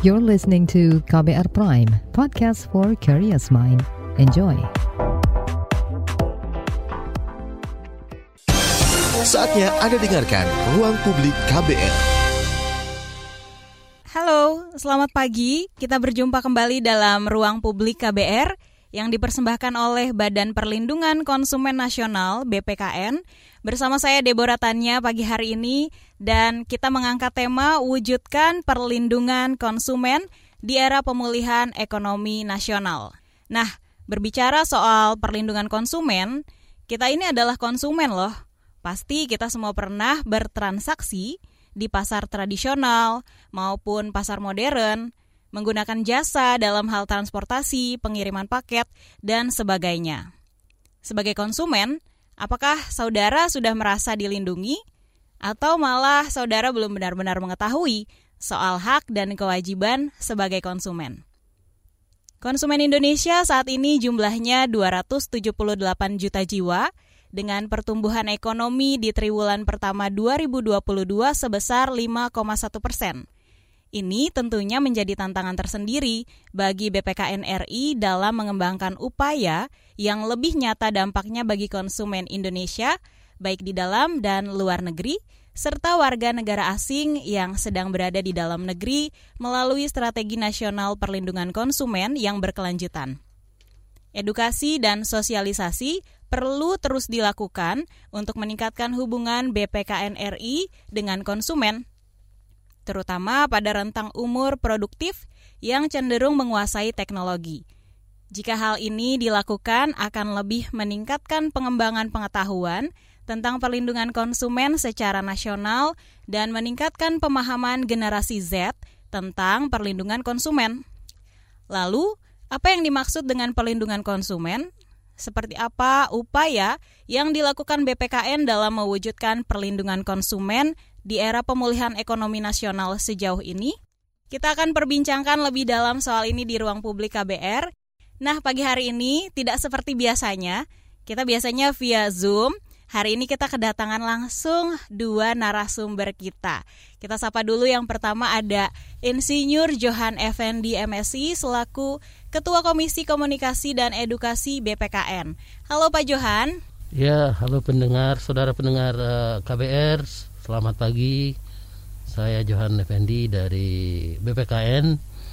You're listening to KBR Prime, podcast for curious mind. Enjoy. Saatnya Anda dengarkan Ruang Publik KBR. Halo, selamat pagi. Kita berjumpa kembali dalam Ruang Publik KBR yang dipersembahkan oleh Badan Perlindungan Konsumen Nasional (BPKN). Bersama saya Deborah Tanya pagi hari ini, dan kita mengangkat tema wujudkan perlindungan konsumen di era pemulihan ekonomi nasional. Nah, berbicara soal perlindungan konsumen, kita ini adalah konsumen loh. Pasti kita semua pernah bertransaksi di pasar tradisional maupun pasar modern, menggunakan jasa dalam hal transportasi, pengiriman paket, dan sebagainya. Sebagai konsumen, apakah saudara sudah merasa dilindungi? Atau malah saudara belum benar-benar mengetahui soal hak dan kewajiban sebagai konsumen? Konsumen Indonesia saat ini jumlahnya 278 juta jiwa, dengan pertumbuhan ekonomi di triwulan pertama 2022 sebesar 5,1%. Ini tentunya menjadi tantangan tersendiri bagi BPKN RI dalam mengembangkan upaya yang lebih nyata dampaknya bagi konsumen Indonesia, baik di dalam dan luar negeri, serta warga negara asing yang sedang berada di dalam negeri melalui Strategi Nasional Perlindungan Konsumen yang berkelanjutan. Edukasi dan sosialisasi perlu terus dilakukan untuk meningkatkan hubungan BPKN RI dengan konsumen, terutama pada rentang umur produktif yang cenderung menguasai teknologi. Jika hal ini dilakukan, akan lebih meningkatkan pengembangan pengetahuan tentang perlindungan konsumen secara nasional dan meningkatkan pemahaman generasi Z tentang perlindungan konsumen. Lalu, apa yang dimaksud dengan perlindungan konsumen? Seperti apa upaya yang dilakukan BPKN dalam mewujudkan perlindungan konsumen di era pemulihan ekonomi nasional sejauh ini? Kita akan perbincangkan lebih dalam soal ini di Ruang Publik KBR. Nah, pagi hari ini tidak seperti biasanya, kita biasanya via Zoom. Hari ini kita kedatangan langsung dua narasumber kita. Kita sapa dulu, yang pertama ada Insinyur Johan Effendi MSI selaku Ketua Komisi Komunikasi dan Edukasi BPKN. Halo Pak Johan. Ya, halo pendengar, saudara pendengar KBR. Selamat pagi. Saya Johan Effendi dari BPKN.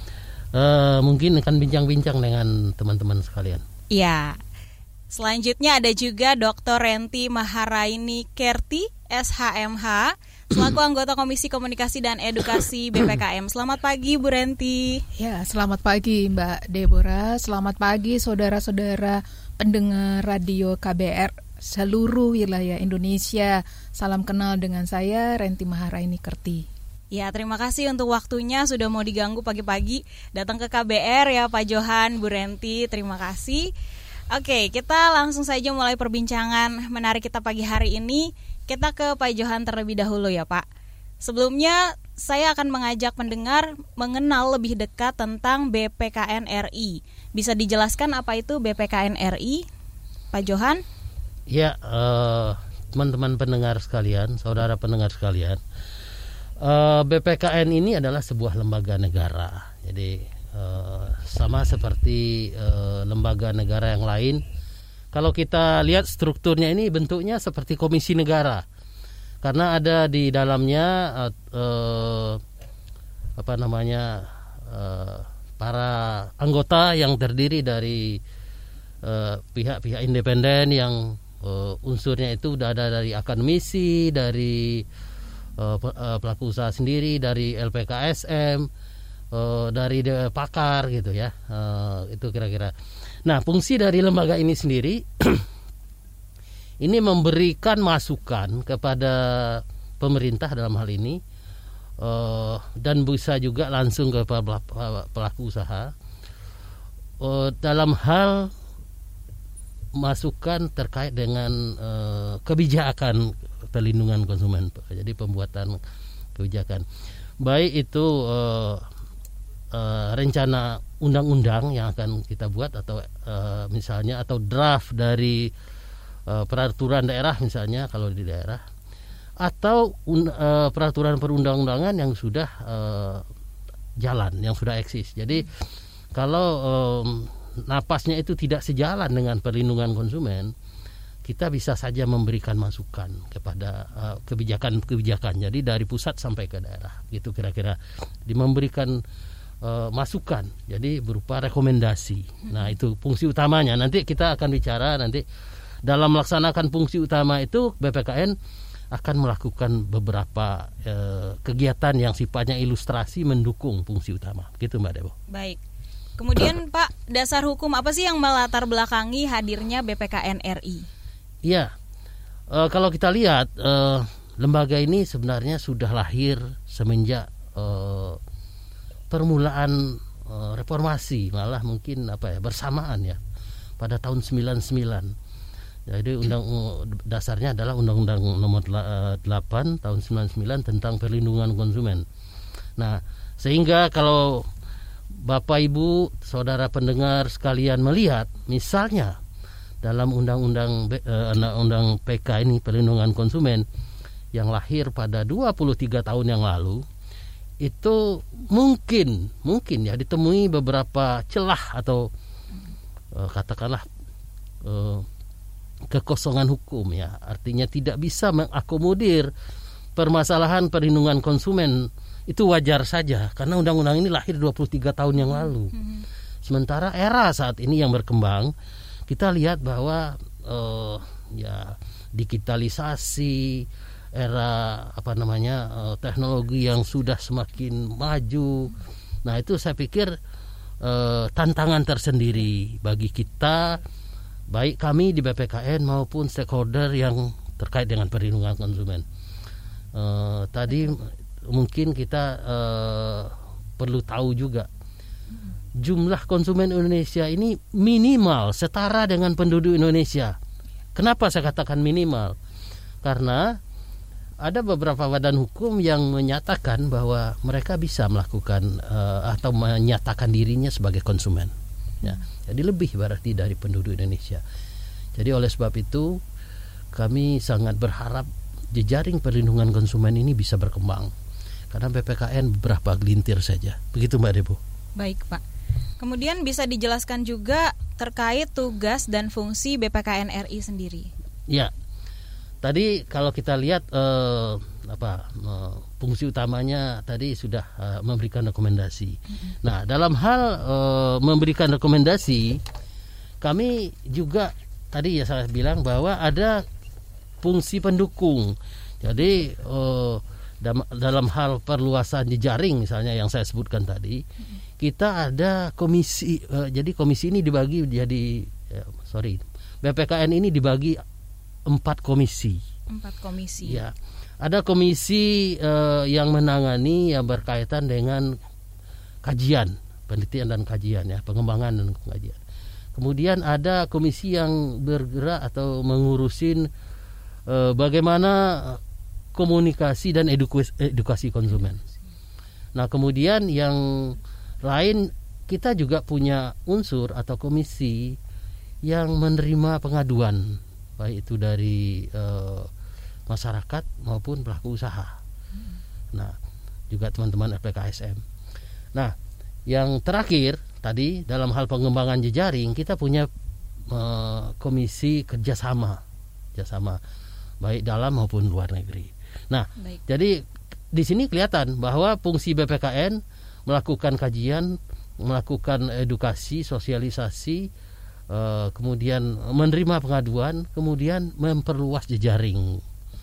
Mungkin akan bincang-bincang dengan teman-teman sekalian. Iya. Selanjutnya ada juga Dr. Renti Maharaini Kerti, SHMH, selaku anggota Komisi Komunikasi dan Edukasi BPKM. Selamat pagi Bu Renti. Ya, selamat pagi Mbak Deborah. Selamat pagi saudara-saudara pendengar radio KBR seluruh wilayah Indonesia. Salam kenal dengan saya Renti Maharaini Kerti. Ya, terima kasih untuk waktunya, sudah mau diganggu pagi-pagi datang ke KBR ya Pak Johan, Bu Renti, terima kasih. Oke, kita langsung saja mulai perbincangan menarik kita pagi hari ini. Kita ke Pak Johan terlebih dahulu ya Pak. Sebelumnya saya akan mengajak pendengar mengenal lebih dekat tentang BPKN RI. Bisa dijelaskan apa itu BPKN RI, Pak Johan? Ya, teman-teman pendengar sekalian, saudara pendengar sekalian, BPKN ini adalah sebuah lembaga negara. Jadi sama seperti lembaga negara yang lain. Kalau kita lihat strukturnya ini bentuknya seperti komisi negara, karena ada di dalamnya para anggota yang terdiri dari pihak-pihak independen yang unsurnya itu udah ada dari akademisi, dari pelaku usaha sendiri, dari LPKSM, dari pakar gitu ya, itu kira-kira. Nah, fungsi dari lembaga ini sendiri ini memberikan masukan kepada pemerintah dalam hal ini, dan bisa juga langsung ke pelaku usaha dalam hal masukan terkait dengan kebijakan perlindungan konsumen. Jadi pembuatan kebijakan, baik itu rencana undang-undang yang akan kita buat, atau misalnya atau draft dari peraturan daerah misalnya kalau di daerah, atau peraturan perundang-undangan yang sudah jalan, yang sudah eksis. Jadi kalau napasnya itu tidak sejalan dengan perlindungan konsumen, kita bisa saja memberikan masukan kepada kebijakan-kebijakan. Jadi dari pusat sampai ke daerah, gitu kira-kira, memberikan masukan. Jadi berupa rekomendasi. Nah, itu fungsi utamanya. Nanti kita akan bicara nanti dalam melaksanakan fungsi utama itu BPKN akan melakukan beberapa kegiatan yang sifatnya ilustrasi mendukung fungsi utama. Gitu Mbak Debo. Baik. Kemudian Pak, dasar hukum apa sih yang melatar belakangi hadirnya BPKN RI? Iya, kalau kita lihat lembaga ini sebenarnya sudah lahir semenjak permulaan reformasi, malah mungkin bersamaan ya, pada tahun 99. Jadi dasarnya adalah Undang-Undang Nomor 8 tahun 99 tentang perlindungan konsumen. Nah, sehingga kalau Bapak Ibu, saudara pendengar sekalian melihat, misalnya dalam undang-undang PK ini, perlindungan konsumen, yang lahir pada 23 tahun yang lalu, itu mungkin ya ditemui beberapa celah atau katakanlah kekosongan hukum ya. Artinya tidak bisa mengakomodir permasalahan perlindungan konsumen. Itu wajar saja karena undang-undang ini lahir 23 tahun yang lalu. Sementara era saat ini yang berkembang, kita lihat bahwa digitalisasi, era teknologi yang sudah semakin maju. Nah, itu saya pikir tantangan tersendiri bagi kita, baik kami di BPKN maupun stakeholder yang terkait dengan perlindungan konsumen. Tadi mungkin kita perlu tahu juga jumlah konsumen Indonesia ini minimal setara dengan penduduk Indonesia. Kenapa saya katakan minimal? Karena ada beberapa badan hukum yang menyatakan bahwa mereka bisa melakukan atau menyatakan dirinya sebagai konsumen. Ya, jadi lebih berarti dari penduduk Indonesia. Jadi oleh sebab itu kami sangat berharap jejaring perlindungan konsumen ini bisa berkembang. Karena BPKN beberapa gelintir saja. Begitu Mbak Debo. Baik Pak. Kemudian bisa dijelaskan juga terkait tugas dan fungsi BPKN RI sendiri. Ya, tadi kalau kita lihat fungsi utamanya tadi sudah memberikan rekomendasi. Nah, dalam hal memberikan rekomendasi, kami juga tadi ya saya bilang bahwa ada fungsi pendukung. Jadi dalam hal perluasan jejaring misalnya yang saya sebutkan tadi, kita ada komisi. Jadi komisi ini dibagi jadi BPKN ini dibagi 4 komisi. 4 komisi. Ya. Ada komisi yang menangani yang berkaitan dengan kajian, penelitian dan kajian ya, pengembangan dan kajian. Kemudian ada komisi yang bergerak atau mengurusin bagaimana komunikasi dan edukasi konsumen. Nah, kemudian yang lain kita juga punya unsur atau komisi yang menerima pengaduan, baik itu dari masyarakat maupun pelaku usaha. Nah, juga teman-teman LPKSM. Nah, yang terakhir tadi dalam hal pengembangan jejaring kita punya komisi kerjasama baik dalam maupun luar negeri. Nah, jadi di sini kelihatan bahwa fungsi BPKN melakukan kajian, melakukan edukasi, sosialisasi, kemudian menerima pengaduan, kemudian memperluas jejaring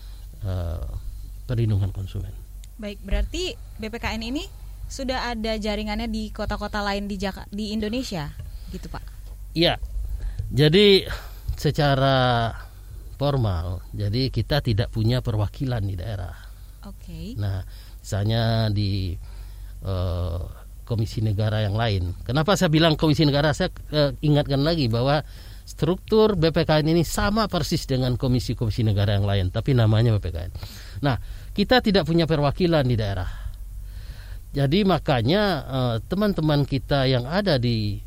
perlindungan konsumen. Baik, berarti BPKN ini sudah ada jaringannya di kota-kota lain di Indonesia, gitu Pak? Iya, jadi secara formal, jadi kita tidak punya perwakilan di daerah. Oke. Nah, misalnya di komisi negara yang lain. Kenapa saya bilang komisi negara? Saya ingatkan lagi bahwa struktur BPKN ini sama persis dengan komisi-komisi negara yang lain, tapi namanya BPKN. Nah, kita tidak punya perwakilan di daerah. Jadi makanya teman-teman kita yang ada di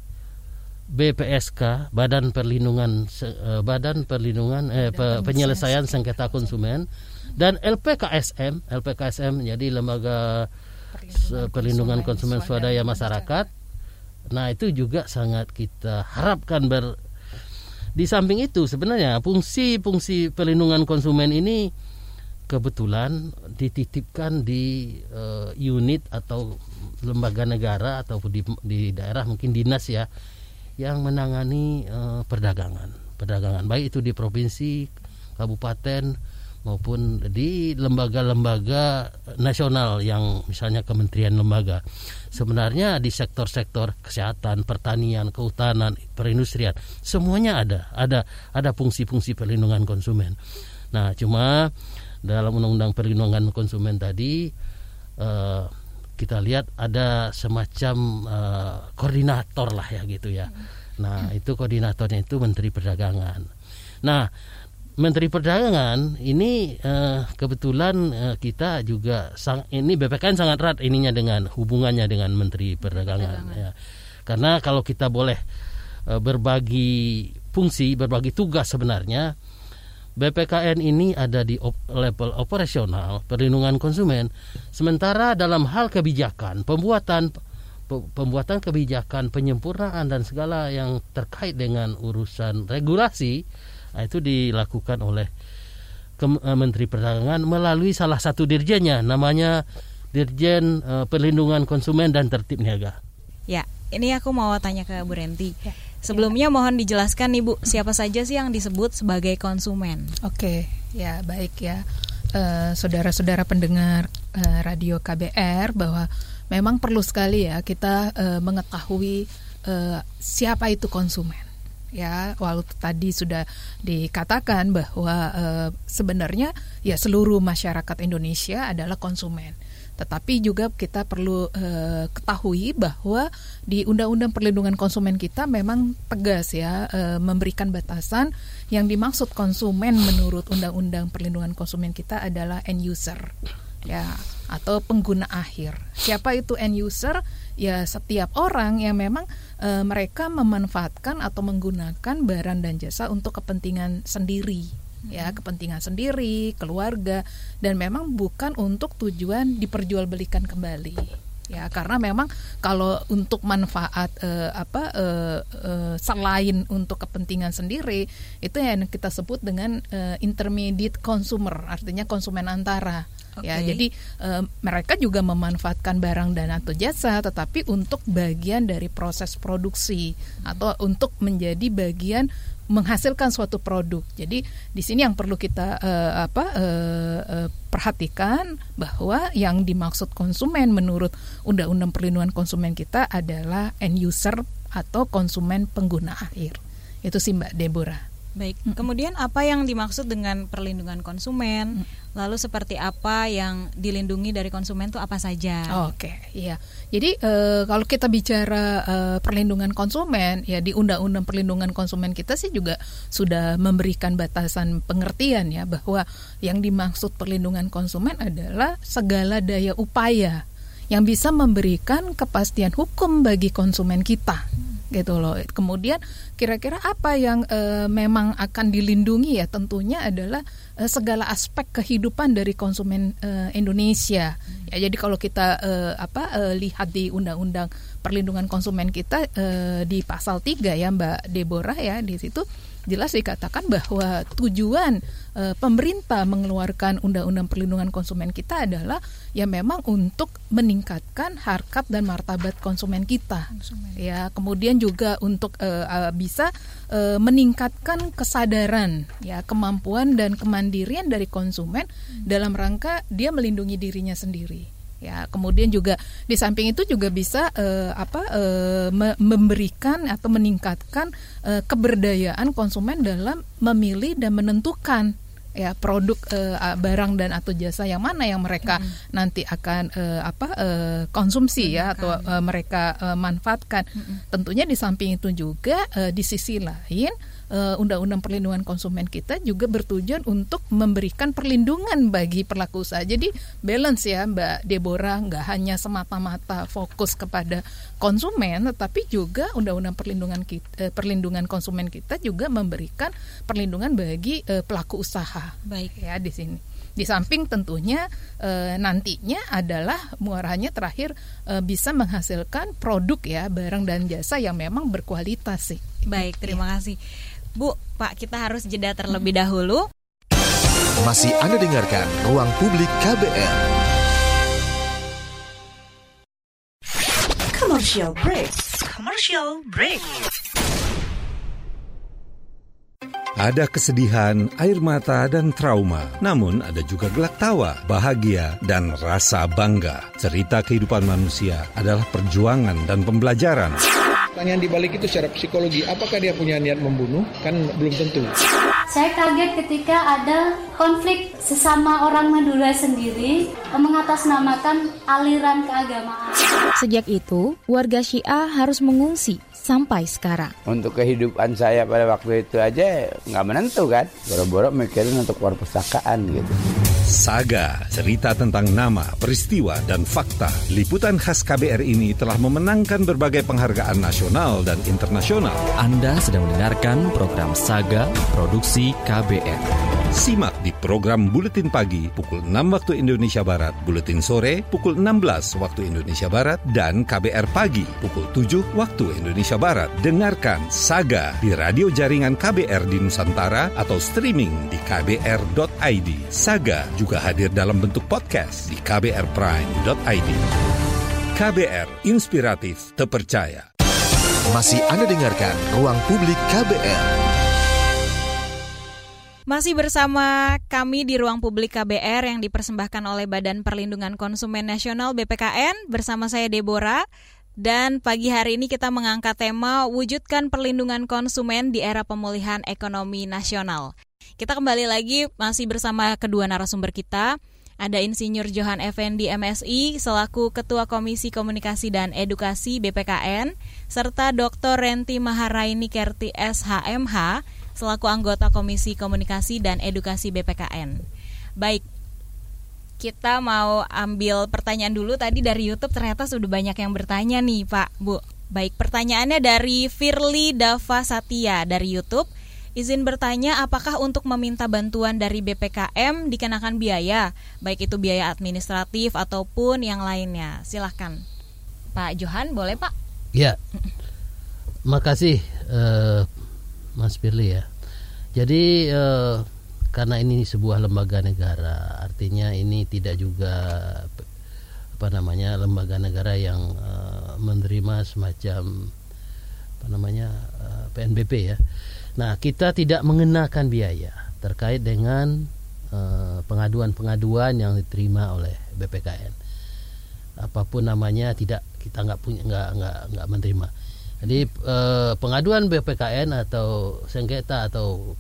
BPSK, Badan Penyelesaian Sengketa Konsumen, dan LPKSM jadi lembaga perlindungan konsumen swadaya masyarakat. Nah, itu juga sangat kita harapkan di samping itu sebenarnya fungsi perlindungan konsumen ini kebetulan dititipkan di unit atau lembaga negara atau di daerah, mungkin dinas ya, yang menangani perdagangan baik itu di provinsi, kabupaten maupun di lembaga-lembaga nasional yang misalnya kementerian lembaga. Sebenarnya di sektor-sektor kesehatan, pertanian, kehutanan, perindustrian, semuanya ada fungsi-fungsi perlindungan konsumen. Nah, cuma dalam Undang-Undang Perlindungan Konsumen tadi kita lihat ada semacam koordinator lah ya gitu ya. Nah, itu koordinatornya itu Menteri Perdagangan. Nah, Menteri Perdagangan ini kebetulan kita juga ini BPKN sangat erat ininya dengan hubungannya dengan Menteri Perdagangan. Ya. Karena kalau kita boleh berbagi fungsi, berbagi tugas sebenarnya, BPKN ini ada di level operasional perlindungan konsumen, sementara dalam hal kebijakan, pembuatan kebijakan, penyempurnaan dan segala yang terkait dengan urusan regulasi, itu dilakukan oleh Menteri Perdagangan melalui salah satu dirjennya, namanya Dirjen Perlindungan Konsumen dan Tertib Niaga. Ya, ini aku mau tanya ke Bu Renti. Sebelumnya mohon dijelaskan nih Bu, siapa saja sih yang disebut sebagai konsumen? Oke, ya baik ya, saudara-saudara pendengar radio KBR, bahwa memang perlu sekali ya kita mengetahui siapa itu konsumen. Ya, walaupun tadi sudah dikatakan bahwa sebenarnya ya seluruh masyarakat Indonesia adalah konsumen. Tetapi juga kita perlu ketahui bahwa di Undang-Undang Perlindungan Konsumen kita memang tegas ya, memberikan batasan. Yang dimaksud konsumen menurut Undang-Undang Perlindungan Konsumen kita adalah end user ya, atau pengguna akhir. Siapa itu end user? Ya setiap orang yang memang mereka memanfaatkan atau menggunakan barang dan jasa untuk kepentingan sendiri. Ya, kepentingan sendiri, keluarga, dan memang bukan untuk tujuan diperjualbelikan kembali. Ya, karena memang kalau untuk manfaat selain untuk kepentingan sendiri, itu yang kita sebut dengan intermediate consumer, artinya konsumen antara. Okay. Ya, jadi mereka juga memanfaatkan barang dan atau jasa, tetapi untuk bagian dari proses produksi atau untuk menjadi bagian menghasilkan suatu produk. Jadi di sini yang perlu kita perhatikan bahwa yang dimaksud konsumen menurut Undang-Undang Perlindungan Konsumen kita adalah end user atau konsumen pengguna akhir. Itu sih Mbak Deborah. Baik, kemudian apa yang dimaksud dengan perlindungan konsumen? Lalu seperti apa yang dilindungi dari konsumen itu apa saja? Oke, iya. Jadi kalau kita bicara perlindungan konsumen, ya di Undang-Undang Perlindungan Konsumen kita sih juga sudah memberikan batasan pengertian ya, bahwa yang dimaksud perlindungan konsumen adalah segala daya upaya yang bisa memberikan kepastian hukum bagi konsumen kita. Gitu loh. Kemudian kira-kira apa yang memang akan dilindungi ya, tentunya adalah segala aspek kehidupan dari konsumen Indonesia. Ya, jadi kalau kita lihat di Undang-Undang Perlindungan Konsumen kita di pasal 3 ya Mbak Deborah ya, di situ jelas dikatakan bahwa tujuan pemerintah mengeluarkan Undang-Undang Perlindungan Konsumen kita adalah ya memang untuk meningkatkan harkat dan martabat konsumen kita. Ya, kemudian juga untuk bisa meningkatkan kesadaran ya, kemampuan dan kemandirian dari konsumen dalam rangka dia melindungi dirinya sendiri. Ya, kemudian juga di samping itu juga bisa memberikan atau meningkatkan keberdayaan konsumen dalam memilih dan menentukan ya produk barang dan atau jasa yang mana yang mereka nanti akan konsumsi ya, atau mereka manfaatkan. Tentunya di samping itu juga di sisi lain Undang-Undang Perlindungan Konsumen kita juga bertujuan untuk memberikan perlindungan bagi pelaku usaha. Jadi balance ya Mbak Deborah, nggak hanya semata-mata fokus kepada konsumen, tetapi juga Undang-Undang Perlindungan Konsumen kita juga memberikan perlindungan bagi pelaku usaha. Baik ya di sini. Di samping tentunya nantinya adalah muaranya terakhir bisa menghasilkan produk ya, barang dan jasa yang memang berkualitas sih. Baik, terima kasih. Bu, Pak, kita harus jeda terlebih dahulu. Masih Anda dengarkan Ruang Publik KBR. Commercial break. Commercial break. Ada kesedihan, air mata, dan trauma. Namun ada juga gelak tawa, bahagia, dan rasa bangga. Cerita kehidupan manusia adalah perjuangan dan pembelajaran. Pertanyaan di balik itu secara psikologi, apakah dia punya niat membunuh? Kan belum tentu. Saya kaget ketika ada konflik sesama orang Madura sendiri mengatasnamakan aliran keagamaan. Sejak itu, warga Syiah harus mengungsi sampai sekarang. Untuk kehidupan saya pada waktu itu aja nggak menentu kan. Boro-boro mikirin untuk perpustakaan gitu. Saga, cerita tentang nama, peristiwa, dan fakta. Liputan khas KBR ini telah memenangkan berbagai penghargaan nasional dan internasional. Anda sedang mendengarkan program Saga Produksi KBR. Simak di program Buletin Pagi pukul 6 waktu Indonesia Barat, Buletin Sore pukul 16 waktu Indonesia Barat, dan KBR Pagi pukul 7 waktu Indonesia Barat. Dengarkan Saga di radio jaringan KBR di Nusantara atau streaming di kbr.id. Saga juga hadir dalam bentuk podcast di kbrprime.id. KBR, inspiratif, terpercaya. Masih Anda dengarkan Ruang Publik KBR. Masih bersama kami di Ruang Publik KBR yang dipersembahkan oleh Badan Perlindungan Konsumen Nasional BPKN. Bersama saya Deborah. Dan pagi hari ini kita mengangkat tema wujudkan perlindungan konsumen di era pemulihan ekonomi nasional. Kita kembali lagi masih bersama kedua narasumber kita. Ada Insinyur Johan Effendi MSI selaku Ketua Komisi Komunikasi dan Edukasi BPKN, serta Dr. Renti Maharaini Kerti SHMH selaku anggota Komisi Komunikasi dan Edukasi BPKN. Baik, kita mau ambil pertanyaan dulu. Tadi dari YouTube ternyata sudah banyak yang bertanya nih Pak, Bu. Baik, pertanyaannya dari Firly Dava Satya dari YouTube. Izin bertanya, apakah untuk meminta bantuan dari BPKM dikenakan biaya, baik itu biaya administratif ataupun yang lainnya? Silahkan Pak Johan, boleh Pak? Ya, makasih Mas Firly ya. Jadi karena ini sebuah lembaga negara, artinya ini tidak juga lembaga negara yang menerima semacam PNBP ya. Nah, kita tidak mengenakan biaya terkait dengan pengaduan-pengaduan yang diterima oleh BPKN. Apapun namanya kita nggak menerima. Jadi pengaduan BPKN atau sengketa atau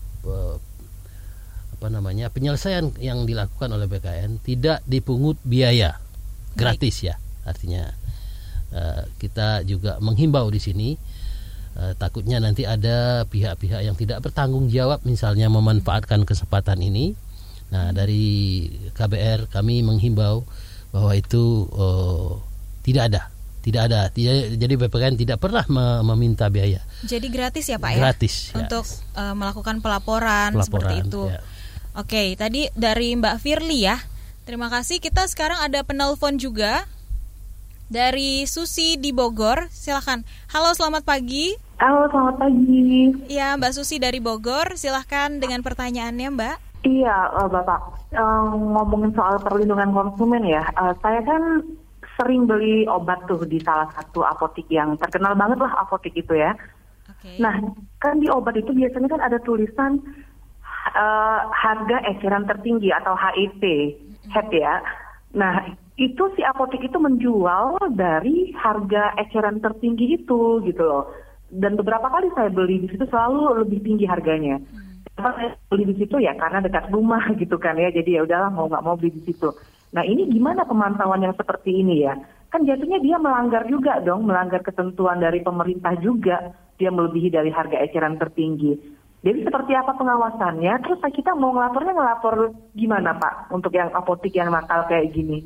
penyelesaian yang dilakukan oleh BPKN tidak dipungut biaya, gratis ya. Artinya kita juga menghimbau di sini. Takutnya nanti ada pihak-pihak yang tidak bertanggung jawab misalnya memanfaatkan kesempatan ini. Nah, dari KBR kami menghimbau bahwa itu tidak ada. Jadi BPKN tidak pernah meminta biaya. Jadi gratis ya Pak gratis, ya? Untuk melakukan pelaporan seperti itu ya. Oke, tadi dari Mbak Firly ya. Terima kasih. Kita sekarang ada penelpon juga dari Susi di Bogor. Silakan. Halo, selamat pagi. Halo, selamat pagi. Iya, Mbak Susi dari Bogor. Silakan dengan pertanyaannya, Mbak. Iya, Bapak. Ngomongin soal perlindungan konsumen ya. Saya kan sering beli obat tuh di salah satu apotik yang terkenal banget lah apotik itu ya. Okay. Nah, kan di obat itu biasanya kan ada tulisan harga eceran tertinggi atau HET, HET ya. Nah, itu si apotik itu menjual dari harga eceran tertinggi itu gitu loh. Dan beberapa kali saya beli di situ selalu lebih tinggi harganya. Saya beli di situ ya karena dekat rumah gitu kan ya. Jadi ya udahlah mau nggak mau beli di situ. Nah, ini gimana pemantauan yang seperti ini ya? Kan jatuhnya dia melanggar juga dong, melanggar ketentuan dari pemerintah juga. Dia melebihi dari harga eceran tertinggi. Jadi seperti apa pengawasannya? Terus kita mau ngelapor gimana Pak? Untuk yang apotik yang nakal kayak gini.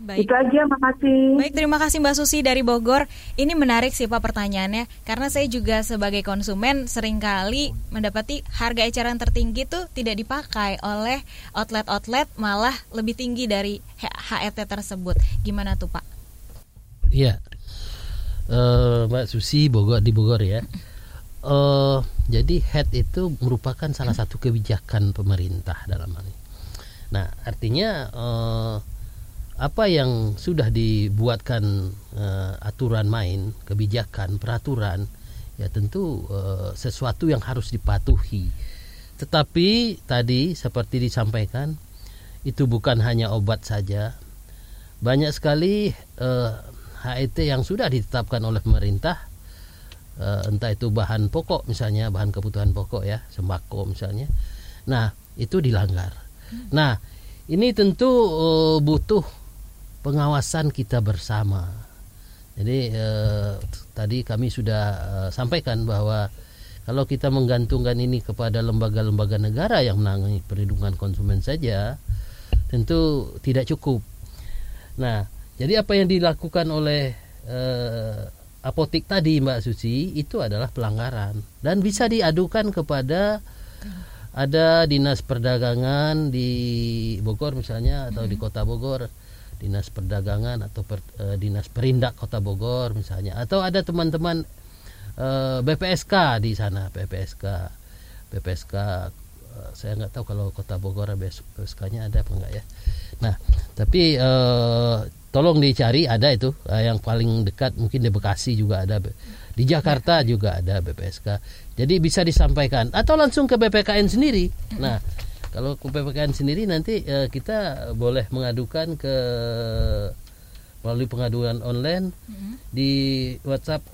Baik. Itu aja, makasih. Baik, terima kasih Mbak Susi dari Bogor. Ini menarik sih Pak pertanyaannya, karena saya juga sebagai konsumen seringkali mendapati harga eceran tertinggi tuh tidak dipakai oleh outlet-outlet, malah lebih tinggi dari HET tersebut. Gimana tuh Pak? Iya, Mbak Susi di Bogor ya. Jadi HET itu merupakan salah satu kebijakan pemerintah dalam hal ini. Nah, artinya apa yang sudah dibuatkan aturan main, kebijakan, peraturan, ya tentu sesuatu yang harus dipatuhi. Tetapi tadi seperti disampaikan, itu bukan hanya obat saja. Banyak sekali HET yang sudah ditetapkan oleh pemerintah, entah itu bahan pokok misalnya, bahan kebutuhan pokok ya, sembako misalnya. Nah, itu dilanggar. Nah, ini tentu butuh pengawasan kita bersama. Jadi tadi kami sudah sampaikan bahwa kalau kita menggantungkan ini kepada lembaga-lembaga negara yang menangani perlindungan konsumen saja, tentu tidak cukup. Nah, jadi apa yang dilakukan oleh apotik tadi Mbak Susi itu adalah pelanggaran dan bisa diadukan kepada ada dinas perdagangan di Bogor misalnya atau di Kota Bogor, dinas perdagangan atau dinas perindak Kota Bogor misalnya, atau ada teman-teman BPSK di sana, BPSK saya nggak tahu kalau Kota Bogor BPSK-nya ada apa enggak ya. Nah, tapi tolong dicari, ada itu yang paling dekat mungkin di Bekasi juga ada, di Jakarta juga ada BPSK. Jadi bisa disampaikan atau langsung ke BPKN sendiri. Nah, kalau ke BPKN sendiri nanti kita boleh mengadukan melalui pengaduan online di WhatsApp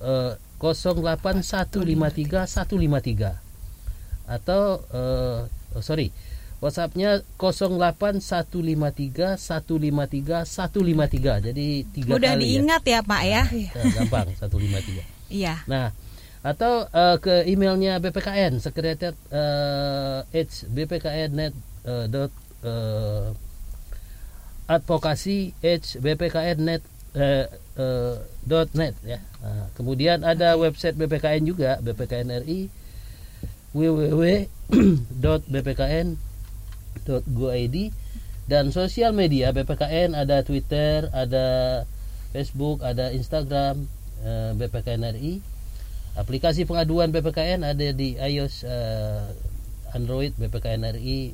08153153 atau WhatsAppnya 08153153 jadi 3 mudah kali diingat ya Pak ya. Gampang 153. Iya. Nah, atau ke emailnya BPKN sekretariat bpkn.net advokasi bpkn.net .net ya. Kemudian ada website BPKN juga, BPKN RI, www.bpkn.go.id, dan sosial media BPKN ada Twitter, ada Facebook, ada Instagram BPKN RI. Aplikasi pengaduan BPKN ada di iOS, Android BPKN RI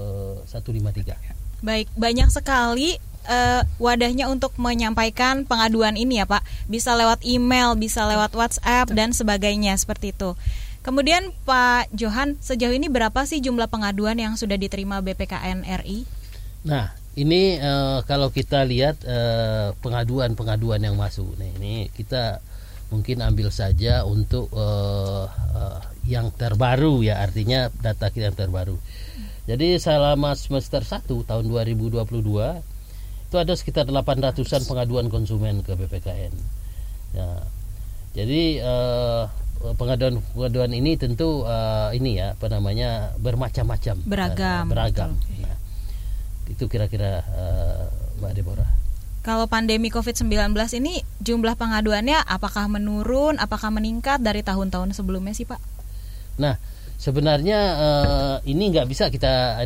153. Baik, banyak sekali wadahnya untuk menyampaikan pengaduan ini ya Pak. Bisa lewat email, bisa lewat WhatsApp dan sebagainya seperti itu. Kemudian Pak Johan, sejauh ini berapa sih jumlah pengaduan yang sudah diterima BPKN RI? Nah, ini kalau kita lihat pengaduan yang masuk. Nah, ini kita mungkin ambil saja untuk yang terbaru ya, artinya data kita yang terbaru. Jadi selama semester 1 tahun 2022 itu ada sekitar 800-an pengaduan konsumen ke BPKN. Ya, jadi pengaduan ini tentu ini ya bermacam-macam, beragam. Nah, itu kira-kira Mbak Deborah. Kalau pandemi COVID-19 ini jumlah pengaduannya apakah menurun, apakah meningkat dari tahun-tahun sebelumnya sih Pak? Nah, sebenarnya ini nggak bisa kita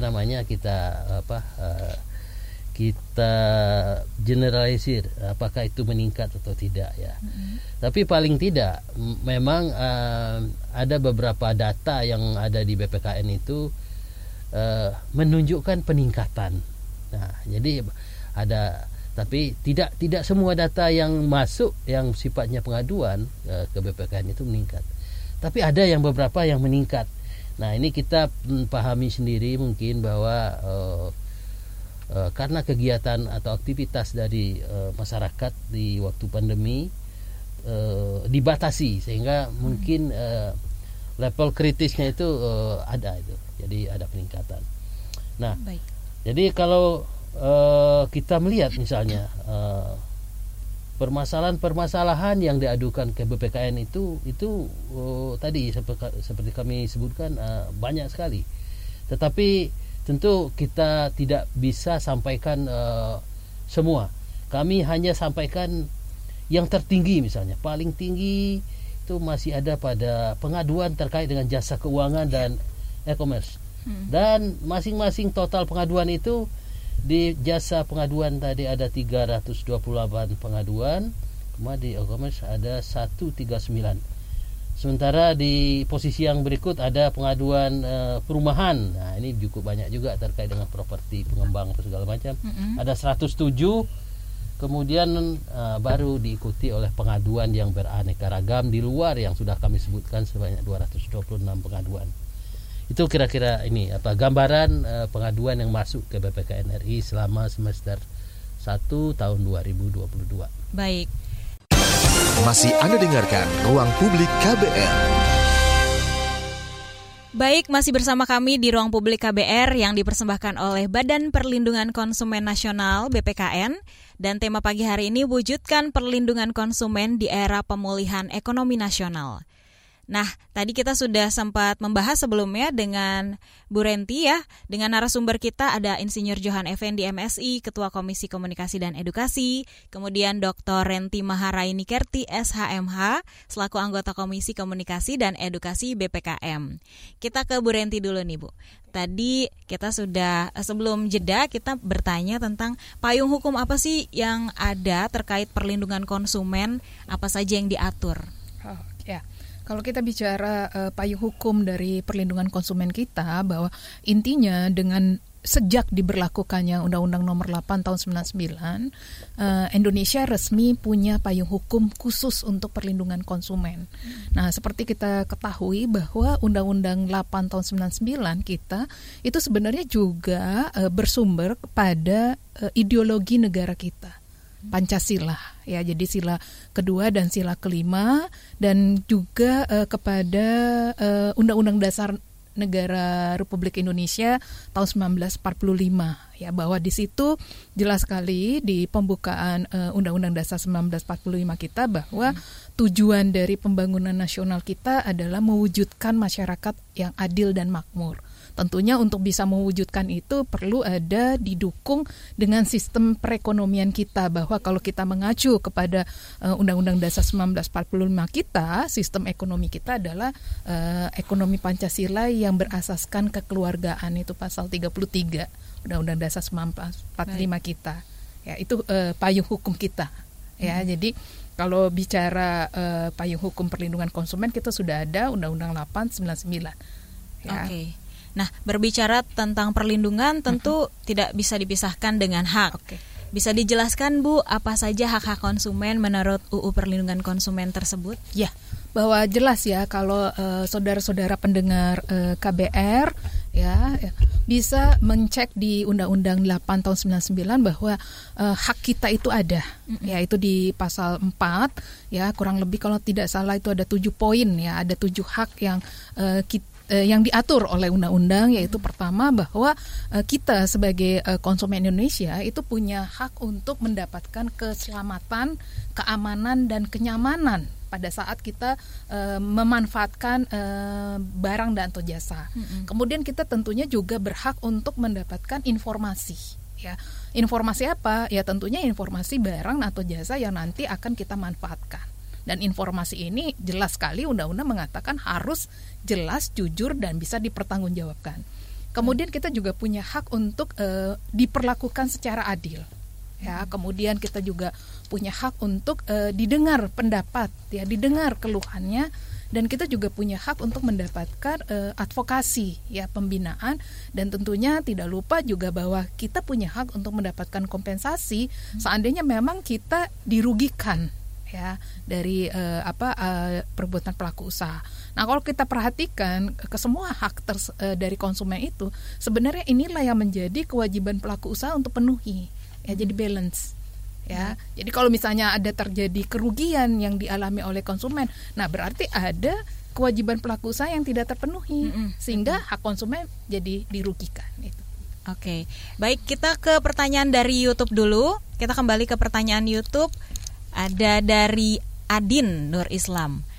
kita generalisir apakah itu meningkat atau tidak ya. Tapi paling tidak memang ada beberapa data yang ada di BPKN itu menunjukkan peningkatan. Nah, jadi ada, tapi tidak semua data yang masuk yang sifatnya pengaduan ke BPKN itu meningkat. Tapi ada yang beberapa yang meningkat. Nah, ini kita pahami sendiri mungkin bahwa karena kegiatan atau aktivitas dari masyarakat di waktu pandemi dibatasi sehingga mungkin level kritisnya itu ada itu. Jadi ada peningkatan. Nah, baik. Jadi kalau kita melihat misalnya permasalahan yang diadukan ke BPKN itu tadi seperti kami sebutkan banyak sekali. Tetapi tentu kita tidak bisa sampaikan semua. Kami hanya sampaikan yang tertinggi, misalnya paling tinggi itu masih ada pada pengaduan terkait dengan jasa keuangan dan e-commerce. Dan masing-masing total pengaduan itu, di jasa pengaduan tadi ada 328 pengaduan, kemudian di e-commerce ada 139. Sementara di posisi yang berikut ada pengaduan perumahan. Nah, ini cukup banyak juga terkait dengan properti, pengembang segala macam. Ada 107. Kemudian baru diikuti oleh pengaduan yang beraneka ragam di luar yang sudah kami sebutkan sebanyak 226 pengaduan. Itu kira-kira ini gambaran pengaduan yang masuk ke BPKN RI selama semester 1 tahun 2022. Baik. Masih Anda dengarkan Ruang Publik KBR. Baik, masih bersama kami di Ruang Publik KBR yang dipersembahkan oleh Badan Perlindungan Konsumen Nasional BPKN, dan tema pagi hari ini wujudkan perlindungan konsumen di era pemulihan ekonomi nasional. Nah, tadi kita sudah sempat membahas sebelumnya dengan Bu Renti ya. Dengan narasumber kita ada Insinyur Johan Effendi MSI, Ketua Komisi Komunikasi dan Edukasi. Kemudian Dr. Renti Maharaini Kerti SHMH, selaku anggota Komisi Komunikasi dan Edukasi BPKM. Kita ke Bu Renti dulu nih Bu. Tadi kita sudah, sebelum jeda kita bertanya tentang payung hukum apa sih yang ada terkait perlindungan konsumen, apa saja yang diatur? Kalau kita bicara payung hukum dari perlindungan konsumen kita, bahwa intinya dengan sejak diberlakukannya Undang-Undang Nomor 8 Tahun 99, Indonesia resmi punya payung hukum khusus untuk perlindungan konsumen. Nah, seperti kita ketahui bahwa Undang-Undang 8 Tahun 99 kita itu sebenarnya juga bersumber pada ideologi negara kita, Pancasila, ya. Jadi sila kedua dan sila kelima, dan juga kepada Undang-Undang Dasar Negara Republik Indonesia tahun 1945, ya, bahwa di situ jelas sekali di pembukaan Undang-Undang Dasar 1945 kita bahwa tujuan dari pembangunan nasional kita adalah mewujudkan masyarakat yang adil dan makmur. Tentunya untuk bisa mewujudkan itu perlu ada didukung dengan sistem perekonomian kita, bahwa kalau kita mengacu kepada Undang-Undang Dasar 1945 kita, sistem ekonomi kita adalah ekonomi Pancasila yang berasaskan kekeluargaan, itu pasal 33 Undang-Undang Dasar 1945 kita. Ya, itu payung hukum kita. Ya, jadi kalau bicara payung hukum perlindungan konsumen, kita sudah ada Undang-Undang 899. Ya. Oke. Nah, berbicara tentang perlindungan tentu tidak bisa dipisahkan dengan hak. Bisa dijelaskan Bu, apa saja hak-hak konsumen menurut UU Perlindungan Konsumen tersebut? Ya, bahwa jelas ya kalau saudara-saudara pendengar KBR ya bisa mencek di Undang-Undang 8 tahun 99 bahwa hak kita itu ada, yaitu di pasal 4 ya, kurang lebih kalau tidak salah itu ada 7 poin ya, ada 7 hak yang diatur oleh undang-undang, yaitu pertama bahwa kita sebagai konsumen Indonesia itu punya hak untuk mendapatkan keselamatan, keamanan, dan kenyamanan pada saat kita memanfaatkan barang dan atau jasa. Kemudian kita tentunya juga berhak untuk mendapatkan informasi. Ya, informasi apa? Ya tentunya informasi barang atau jasa yang nanti akan kita manfaatkan. Dan informasi ini jelas sekali undang-undang mengatakan harus jelas, jujur, dan bisa dipertanggungjawabkan. Kemudian kita juga punya hak untuk diperlakukan secara adil. Ya, kemudian kita juga punya hak untuk didengar pendapat, ya, didengar keluhannya, dan kita juga punya hak untuk mendapatkan advokasi, ya, pembinaan, dan tentunya tidak lupa juga bahwa kita punya hak untuk mendapatkan kompensasi seandainya memang kita dirugikan, ya, dari perbuatan pelaku usaha. Nah, kalau kita perhatikan ke semua hak dari konsumen itu, sebenarnya inilah yang menjadi kewajiban pelaku usaha untuk penuhi, ya, jadi balance. Ya, jadi kalau misalnya ada terjadi kerugian yang dialami oleh konsumen, nah berarti ada kewajiban pelaku usaha yang tidak terpenuhi, sehingga hak konsumen jadi dirugikan. Itu. Oke, baik, kita ke pertanyaan dari YouTube dulu. Kita kembali ke pertanyaan YouTube. Ada dari Adin Nur Islam.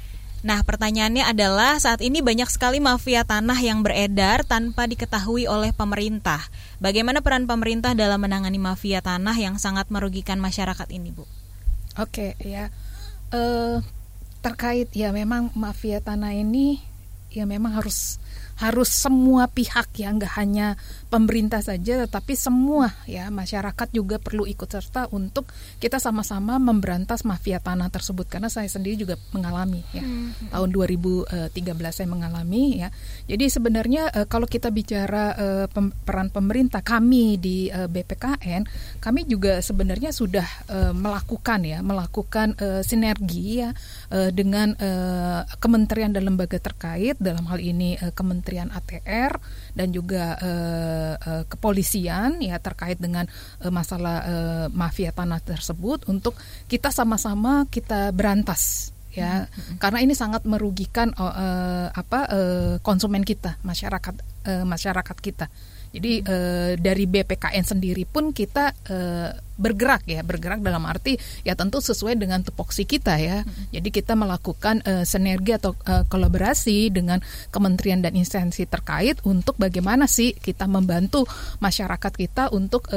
Nah, pertanyaannya adalah saat ini banyak sekali mafia tanah yang beredar tanpa diketahui oleh pemerintah. Bagaimana peran pemerintah dalam menangani mafia tanah yang sangat merugikan masyarakat ini, Bu? Oke, ya. Terkait ya memang mafia tanah ini ya memang harus semua pihak ya, nggak hanya pemerintah saja tetapi semua ya masyarakat juga perlu ikut serta untuk kita sama-sama memberantas mafia tanah tersebut, karena saya sendiri juga mengalami ya. Tahun 2013 saya mengalami ya. Jadi sebenarnya kalau kita bicara peran pemerintah, kami di BPKN kami juga sebenarnya sudah melakukan sinergi ya dengan kementerian dan lembaga terkait, dalam hal ini Kementerian ATR dan juga kepolisian ya terkait dengan masalah mafia tanah tersebut, untuk kita sama-sama kita berantas ya, karena ini sangat merugikan konsumen kita, masyarakat kita. Jadi dari BPKN sendiri pun kita bergerak dalam arti ya tentu sesuai dengan tupoksi kita ya. Jadi kita melakukan sinergi atau kolaborasi dengan kementerian dan instansi terkait untuk bagaimana sih kita membantu masyarakat kita untuk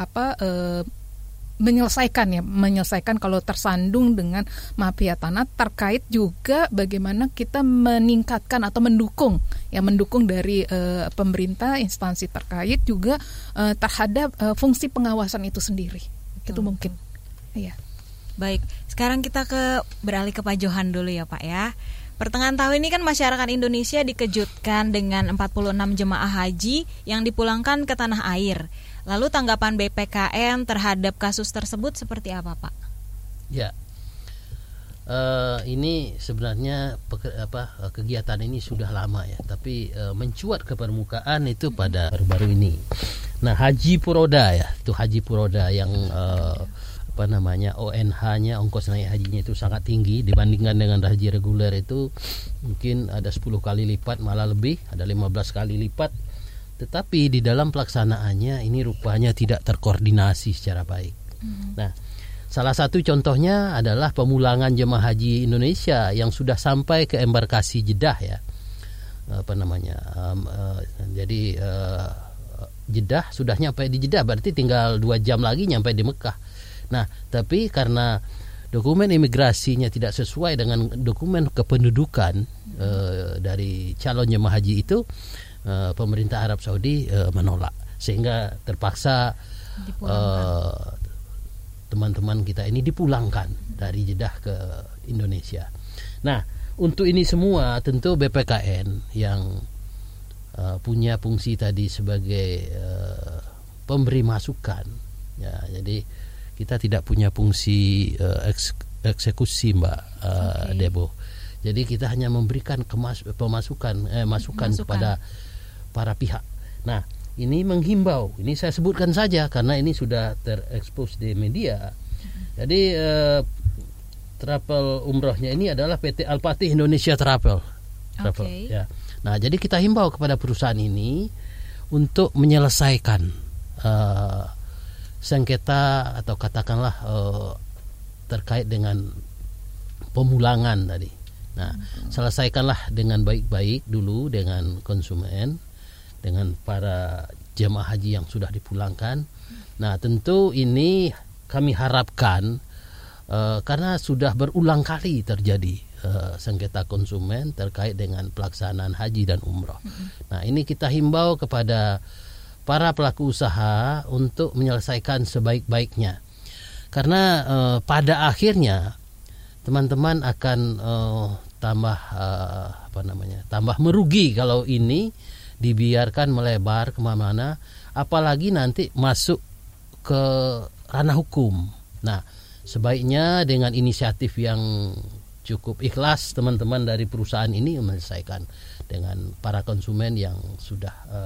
menyelesaikan kalau tersandung dengan mafia tanah, terkait juga bagaimana kita meningkatkan atau mendukung dari pemerintah, instansi terkait juga terhadap fungsi pengawasan itu sendiri. Itu mungkin. Iya. Baik, sekarang kita beralih ke Pak Johan dulu ya Pak ya. Pertengahan tahun ini kan masyarakat Indonesia dikejutkan dengan 46 jemaah haji yang dipulangkan ke tanah air. Lalu tanggapan BPKN terhadap kasus tersebut seperti apa, Pak? Ya, ini sebenarnya kegiatan ini sudah lama ya, tapi mencuat ke permukaan itu pada baru-baru ini. Nah, Haji Puroda ya, itu Haji Puroda yang ONH-nya, ongkos naik hajinya itu sangat tinggi dibandingkan dengan haji reguler, itu mungkin ada 10 kali lipat, malah lebih, ada 15 kali lipat. Tetapi di dalam pelaksanaannya ini rupanya tidak terkoordinasi secara baik. Nah, salah satu contohnya adalah pemulangan jemaah haji Indonesia yang sudah sampai ke embarkasi Jeddah ya. Jadi Jeddah sudah nyampe di Jeddah, berarti tinggal 2 jam lagi nyampe di Mekah. Nah, tapi karena dokumen imigrasinya tidak sesuai dengan dokumen kependudukan dari calon jemaah haji itu, pemerintah Arab Saudi menolak, sehingga terpaksa teman-teman kita ini dipulangkan dari Jeddah ke Indonesia. Nah, untuk ini semua tentu BPKN yang punya fungsi tadi sebagai pemberi masukan ya, jadi kita tidak punya fungsi eksekusi Mbak Debo. Jadi kita hanya memberikan masukan kepada para pihak. Nah, ini menghimbau, ini saya sebutkan saja karena ini sudah terekspos di media. Jadi travel umrohnya ini adalah PT Al-Fatih Indonesia Travel. Ya. Nah, jadi kita himbau kepada perusahaan ini untuk menyelesaikan sengketa atau katakanlah terkait dengan pemulangan tadi. Nah, selesaikanlah dengan baik-baik dulu dengan konsumen, dengan para jemaah haji yang sudah dipulangkan. Nah, tentu ini kami harapkan karena sudah berulang kali terjadi sengketa konsumen terkait dengan pelaksanaan haji dan umroh. Nah, ini kita himbau kepada para pelaku usaha untuk menyelesaikan sebaik-baiknya. Karena pada akhirnya teman-teman akan tambah merugi kalau ini dibiarkan melebar kemana-mana, apalagi nanti masuk ke ranah hukum. Nah, sebaiknya dengan inisiatif yang cukup ikhlas teman-teman dari perusahaan ini menyelesaikan dengan para konsumen yang sudah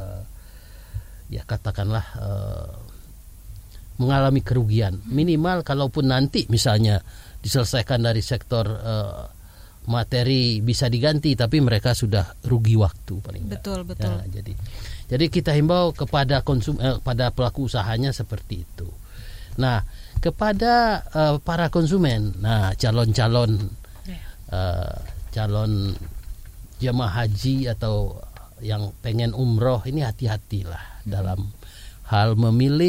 mengalami kerugian. Minimal kalaupun nanti misalnya diselesaikan dari sektor materi bisa diganti, tapi mereka sudah rugi waktu paling betul. Nah, jadi kita himbau kepada pada pelaku usahanya seperti itu. Nah, kepada para konsumen, nah calon calon jemaah haji atau yang pengen umroh ini hati-hatilah dalam hal memilih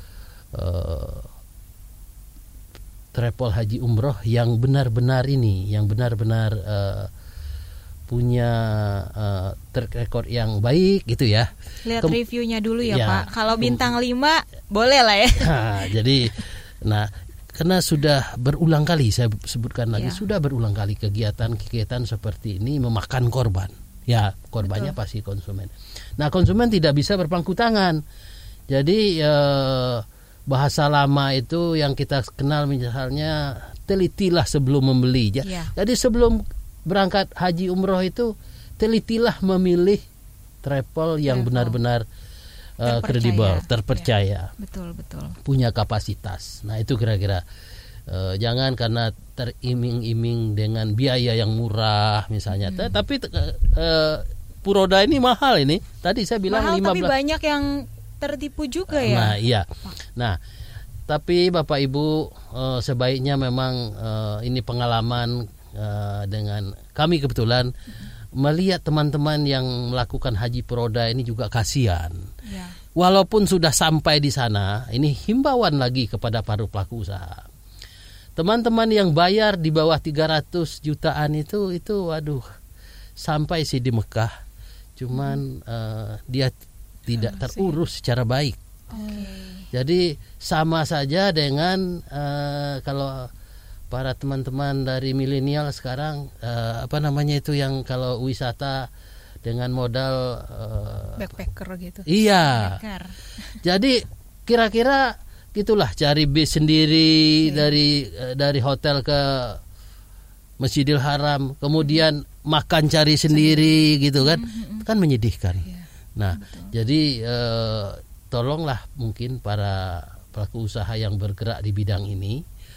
travel haji umroh yang benar-benar punya track record yang baik gitu ya. Lihat reviewnya dulu ya Pak. Kalau bintang 5 boleh lah ya. Nah, karena sudah berulang kali saya sebutkan lagi, sudah berulang kali kegiatan seperti ini memakan korban. Ya, korbannya pasti konsumen. Nah, konsumen tidak bisa berpangku tangan. Jadi bahasa lama itu yang kita kenal misalnya telitilah sebelum membeli. Jadi sebelum berangkat haji umroh itu telitilah memilih travel yang benar-benar kredibel, terpercaya. Betul. Punya kapasitas. Nah, itu kira-kira jangan karena teriming-iming dengan biaya yang murah misalnya. Tapi Puroda ini mahal ini. Tadi saya bilang mahal, 15. Tapi banyak yang tertipu juga ya. Nah, iya. Nah, tapi Bapak Ibu sebaiknya memang ini pengalaman dengan kami kebetulan melihat teman-teman yang melakukan haji Puroda ini juga kasihan. Walaupun sudah sampai di sana, ini himbauan lagi kepada para pelaku usaha. Teman-teman yang bayar di bawah 300 jutaan itu waduh, sampai sih di Mekah, cuman dia tidak terurus secara baik. Jadi sama saja dengan kalau para teman-teman dari milenial sekarang itu yang kalau wisata dengan modal backpacker gitu. Iya. Backpacker. Jadi kira-kira gitulah, cari bis sendiri dari hotel ke Masjidil Haram, kemudian makan cari sendiri gitu kan. Kan menyedihkan. Nah, jadi tolonglah mungkin para pelaku usaha yang bergerak di bidang ini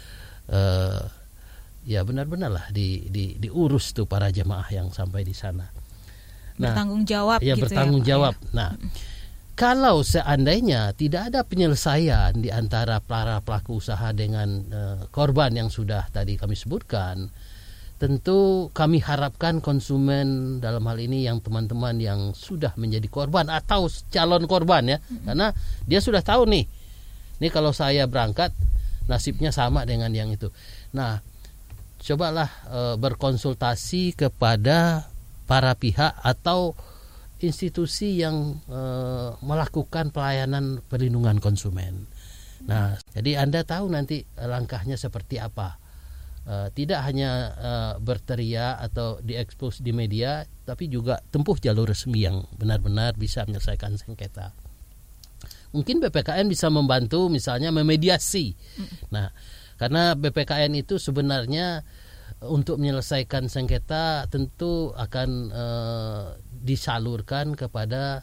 ya benar-benarlah diurus tuh para jemaah yang sampai di sana. Nah, bertanggung jawab ya, gitu bertanggung ya, jawab. Nah, kalau seandainya tidak ada penyelesaian di antara para pelaku usaha dengan korban yang sudah tadi kami sebutkan, tentu kami harapkan konsumen dalam hal ini yang teman-teman yang sudah menjadi korban atau calon korban ya, karena dia sudah tahu nih kalau saya berangkat nasibnya sama dengan yang itu. Nah, cobalah berkonsultasi kepada para pihak atau institusi yang melakukan pelayanan perlindungan konsumen. Nah, jadi Anda tahu nanti langkahnya seperti apa. Tidak hanya berteriak atau diekspos di media, tapi juga tempuh jalur resmi yang benar-benar bisa menyelesaikan sengketa. Mungkin BPKN bisa membantu misalnya memediasi. Nah, karena BPKN itu sebenarnya untuk menyelesaikan sengketa tentu akan disalurkan kepada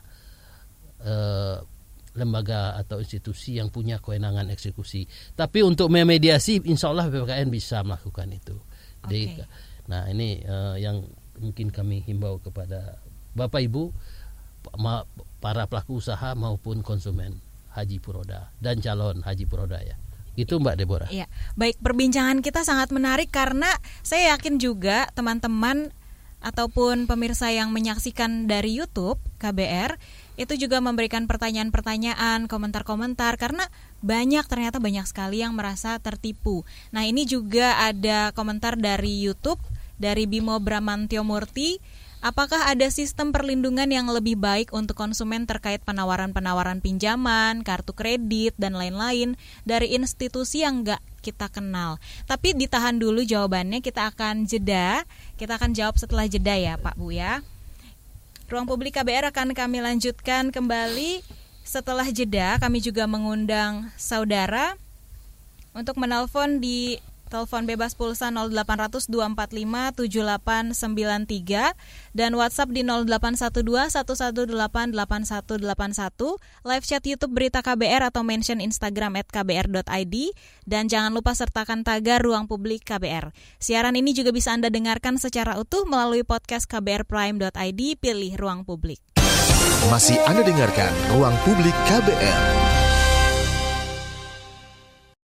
lembaga atau institusi yang punya kewenangan eksekusi. Tapi untuk memediasi, insya Allah BPKN bisa melakukan itu. Jadi, nah ini yang mungkin kami himbau kepada Bapak Ibu, para pelaku usaha maupun konsumen haji Puroda dan calon haji Puroda ya. Itu Mbak Deborah. Iya, baik, perbincangan kita sangat menarik karena saya yakin juga teman-teman ataupun pemirsa yang menyaksikan dari YouTube KBR itu juga memberikan pertanyaan-pertanyaan, komentar-komentar karena ternyata banyak sekali yang merasa tertipu. Nah, ini juga ada komentar dari YouTube dari Bimo Bramantyo Murti. Apakah ada sistem perlindungan yang lebih baik untuk konsumen terkait penawaran-penawaran pinjaman, kartu kredit, dan lain-lain dari institusi yang nggak kita kenal? Tapi ditahan dulu jawabannya, kita akan jeda. Kita akan jawab setelah jeda ya Pak Bu ya. Ruang Publik KBR akan kami lanjutkan kembali setelah jeda. Kami juga mengundang saudara untuk menelpon di telepon bebas pulsa 0800 245 7893 dan WhatsApp di 0812 118 8181, live chat YouTube Berita KBR atau mention Instagram @kbr.id, dan jangan lupa sertakan tagar Ruang Publik KBR. Siaran ini juga bisa Anda dengarkan secara utuh melalui podcast kbrprime.id, pilih Ruang Publik. Masih Anda dengarkan Ruang Publik KBR.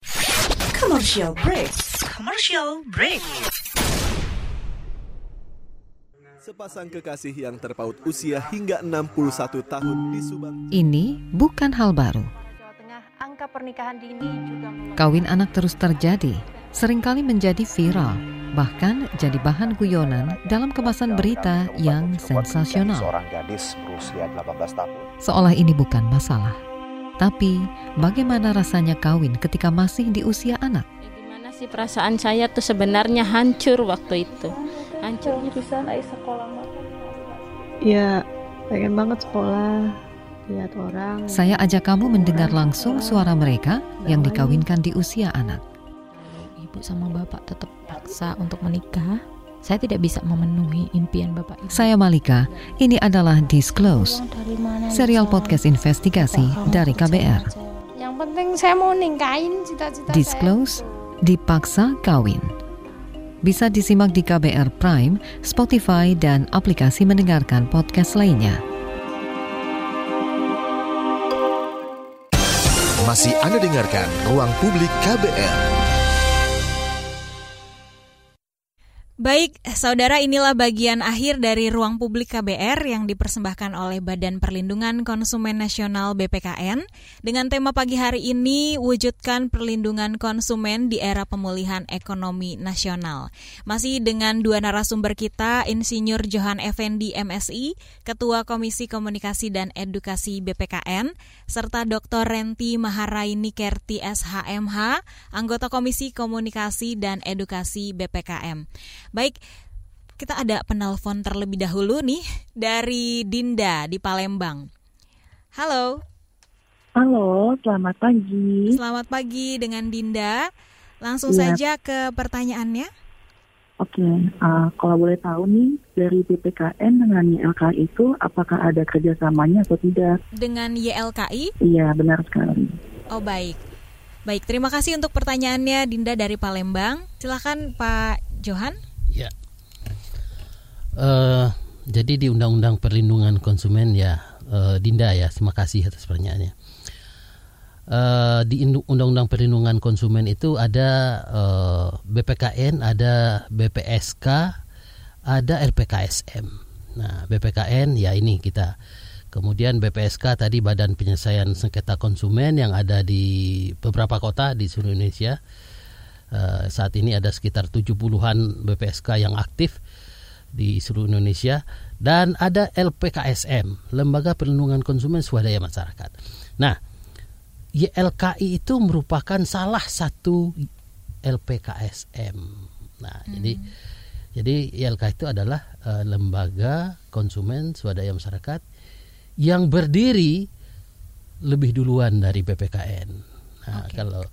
Commercial break. Commercial break. Sepasang kekasih yang terpaut usia hingga 61 tahun di Subang. Ini bukan hal baru. Angka pernikahan dini juga Kawin anak terus terjadi, seringkali menjadi viral, bahkan jadi bahan guyonan dalam kemasan berita yang sensasional. Seorang gadis berusia 18 tahun. Seolah ini bukan masalah. Tapi, bagaimana rasanya kawin ketika masih di usia anak? Gimana sih perasaan saya tuh sebenarnya hancur waktu itu. Hancurnya bisa naik sekolah. Ya, pengen banget sekolah. Lihat orang. Saya ajak kamu mendengar langsung suara mereka yang dikawinkan di usia anak. Ibu sama bapak tetap paksa untuk menikah. Saya tidak bisa memenuhi impian bapak ibu. Saya Malika, ini adalah Disclose, serial podcast investigasi dari KBR. Yang penting saya mau nikahin cita-cita Disclose, dipaksa kawin. Bisa disimak di KBR Prime, Spotify, dan aplikasi mendengarkan podcast lainnya. Masih Anda dengarkan Ruang Publik KBR. Baik, saudara, inilah bagian akhir dari Ruang Publik KBR yang dipersembahkan oleh Badan Perlindungan Konsumen Nasional BPKN dengan tema pagi hari ini, wujudkan perlindungan konsumen di era pemulihan ekonomi nasional. Masih dengan dua narasumber kita, Insinyur Johan Effendi MSI, Ketua Komisi Komunikasi dan Edukasi BPKN, serta Dr. Renti Maharaini Kerti SHMH, anggota Komisi Komunikasi dan Edukasi BPKM. Baik, kita ada penelpon terlebih dahulu nih dari Dinda di Palembang. Halo. Halo, selamat pagi. Selamat pagi dengan Dinda. Langsung saja ke pertanyaannya. Oke, kalau boleh tahu nih dari BPKN dengan YLKI itu apakah ada kerjasamanya atau tidak? Dengan YLKI? Iya, benar sekali. Oh, baik. Baik, terima kasih untuk pertanyaannya Dinda dari Palembang. Silakan Pak Johan. Ya, jadi di Undang-Undang Perlindungan Konsumen ya, Dinda ya, terima kasih atas pertanyaannya. Di Undang-Undang Perlindungan Konsumen itu ada BPKN, ada BPSK, ada LPKSM. Nah, BPKN ya ini kita. Kemudian BPSK tadi Badan Penyelesaian Sengketa Konsumen yang ada di beberapa kota di seluruh Indonesia. Saat ini ada sekitar 70-an BPSK yang aktif di seluruh Indonesia, dan ada LPKSM, Lembaga Perlindungan Konsumen Swadaya Masyarakat. Nah, YLKI itu merupakan salah satu LPKSM. Nah, jadi YLKI itu adalah Lembaga Konsumen Swadaya Masyarakat yang berdiri lebih duluan dari BPKN. Nah, kalau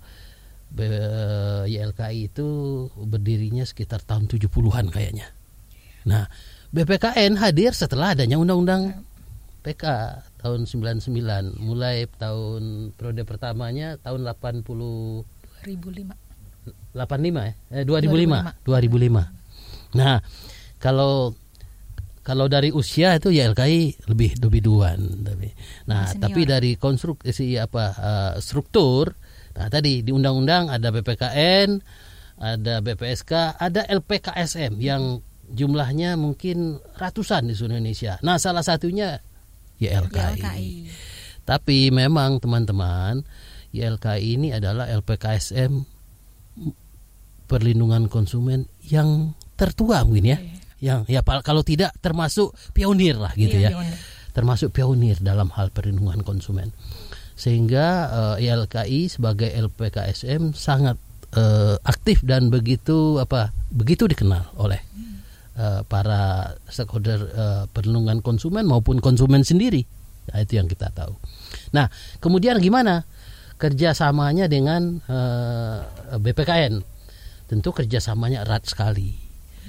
YLKI itu berdirinya sekitar tahun 70-an kayaknya. Nah, BPKN hadir setelah adanya Undang-Undang PK tahun 99, mulai tahun periode pertamanya tahun 2005. Nah, kalau dari usia itu YLKI lebih duluan. Tapi dari konstruksi struktur. Nah, tadi di undang-undang ada BPKN, ada BPSK, ada LPKSM yang jumlahnya mungkin ratusan di seluruh Indonesia. Nah, salah satunya YLKI. Tapi memang teman-teman, YLKI ini adalah LPKSM perlindungan konsumen yang tertua mungkin ya. Yang ya kalau tidak termasuk pionir lah gitu ya. Termasuk pionir dalam hal perlindungan konsumen. Sehingga YLKI sebagai LPKSM sangat aktif dan begitu dikenal oleh para stakeholder perlindungan konsumen maupun konsumen sendiri. Nah, itu yang kita tahu. Nah, kemudian gimana kerjasamanya dengan BPKN? Tentu kerjasamanya erat sekali.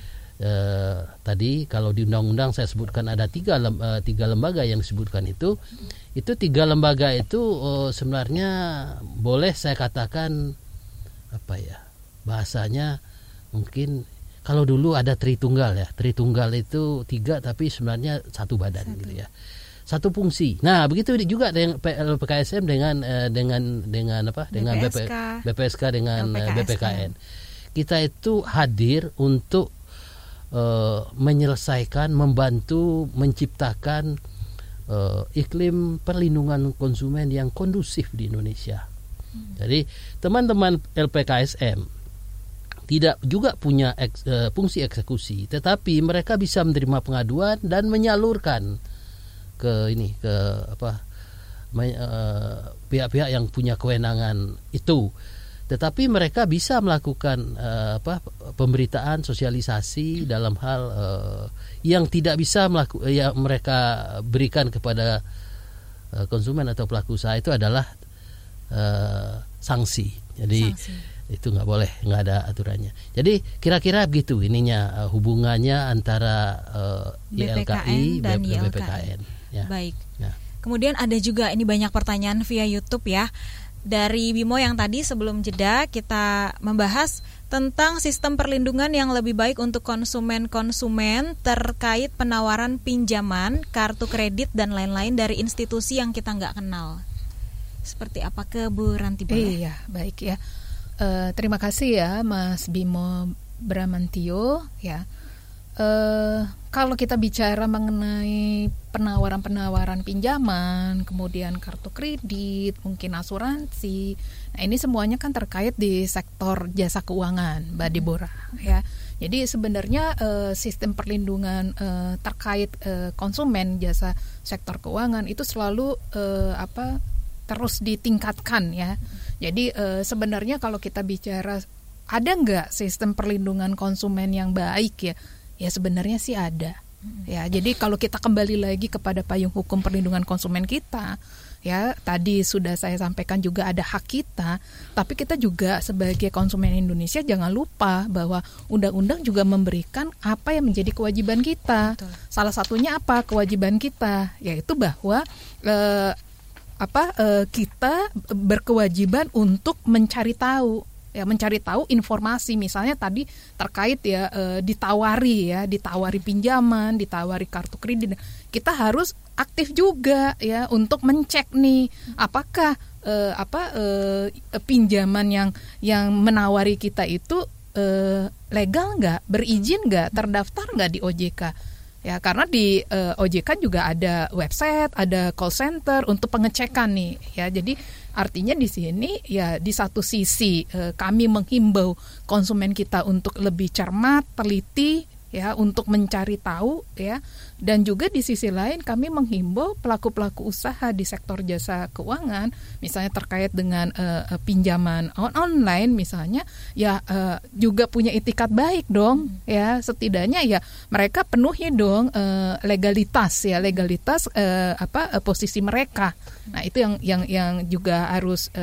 Tadi kalau di undang-undang saya sebutkan ada tiga lembaga yang disebutkan itu tiga lembaga itu sebenarnya boleh saya katakan bahasanya mungkin kalau dulu ada Tritunggal itu tiga tapi sebenarnya satu badan gitu ya, satu fungsi. Nah begitu juga dengan LPKSM dengan BPSK dengan BPKN. Kita itu hadir untuk menyelesaikan, membantu menciptakan iklim perlindungan konsumen yang kondusif di Indonesia. Jadi teman-teman LPKSM tidak juga punya fungsi eksekusi, tetapi mereka bisa menerima pengaduan dan menyalurkan ke pihak-pihak yang punya kewenangan itu. Tetapi mereka bisa melakukan pemberitaan, sosialisasi dalam hal yang tidak bisa yang mereka berikan kepada konsumen atau pelaku usaha itu adalah sanksi. Jadi itu nggak boleh, nggak ada aturannya. Jadi kira-kira begitu ininya hubungannya antara YLKI dan BPKN. Ya. Baik. Ya. Kemudian ada juga ini banyak pertanyaan via YouTube ya. Dari Bimo yang tadi sebelum jeda kita membahas tentang sistem perlindungan yang lebih baik untuk konsumen-konsumen terkait penawaran pinjaman, kartu kredit dan lain-lain dari institusi yang kita nggak kenal. Seperti apa ke Bu Ranti? Iya, baik ya. Terima kasih ya Mas Bimo Bramantio ya. Kalau kita bicara mengenai penawaran-penawaran pinjaman, kemudian kartu kredit, mungkin asuransi, nah ini semuanya kan terkait di sektor jasa keuangan, Mbak Deborah ya. Jadi sebenarnya sistem perlindungan terkait konsumen jasa sektor keuangan itu selalu terus ditingkatkan ya. Jadi sebenarnya kalau kita bicara ada nggak sistem perlindungan konsumen yang baik ya? Ya sebenarnya sih ada. Ya, jadi kalau kita kembali lagi kepada payung hukum perlindungan konsumen kita, ya tadi sudah saya sampaikan juga ada hak kita, tapi kita juga sebagai konsumen Indonesia jangan lupa bahwa undang-undang juga memberikan apa yang menjadi kewajiban kita. Betul. Salah satunya apa kewajiban kita, yaitu bahwa kita berkewajiban untuk mencari tahu. Ya, mencari tahu informasi, misalnya tadi terkait ya ditawari pinjaman, ditawari kartu kredit, kita harus aktif juga ya untuk mencek nih apakah pinjaman yang menawari kita itu legal nggak, berizin nggak, terdaftar nggak di OJK. Ya, karena di OJK juga ada website, ada call center untuk pengecekan nih. Ya, jadi artinya di sini ya di satu sisi kami menghimbau konsumen kita untuk lebih cermat, teliti ya untuk mencari tahu ya, dan juga di sisi lain kami menghimbau pelaku-pelaku usaha di sektor jasa keuangan misalnya terkait dengan pinjaman online misalnya ya juga punya itikat baik dong ya, setidaknya ya mereka penuhi dong legalitas posisi mereka. Nah, itu yang juga harus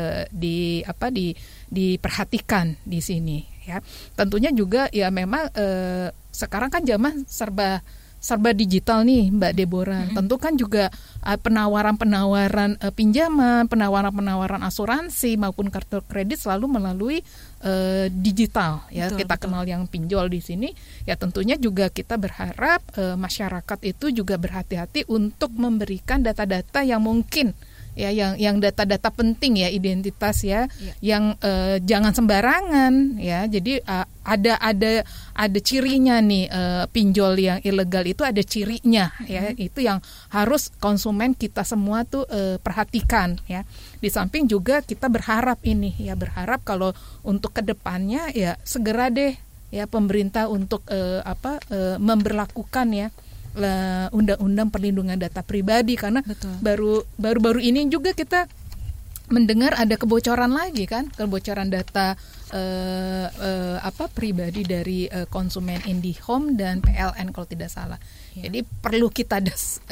diperhatikan di sini ya. Tentunya juga ya memang sekarang kan zaman serba digital nih Mbak Deborah. Tentu kan juga penawaran-penawaran pinjaman, penawaran-penawaran asuransi maupun kartu kredit selalu melalui digital ya. Betul, kita kenal yang pinjol di sini ya, tentunya juga kita berharap masyarakat itu juga berhati-hati untuk memberikan data-data yang mungkin ya, yang data-data penting ya, identitas ya. Yang jangan sembarangan ya. Jadi ada cirinya nih, pinjol yang ilegal itu ada cirinya ya. Itu yang harus konsumen kita semua tuh perhatikan ya. Di samping juga kita berharap kalau untuk kedepannya ya segera deh ya pemerintah untuk memberlakukan ya undang-undang perlindungan data pribadi, karena baru-baru ini juga kita mendengar ada kebocoran lagi kan, kebocoran data pribadi dari konsumen IndiHome dan PLN kalau tidak salah. Ya. Jadi perlu kita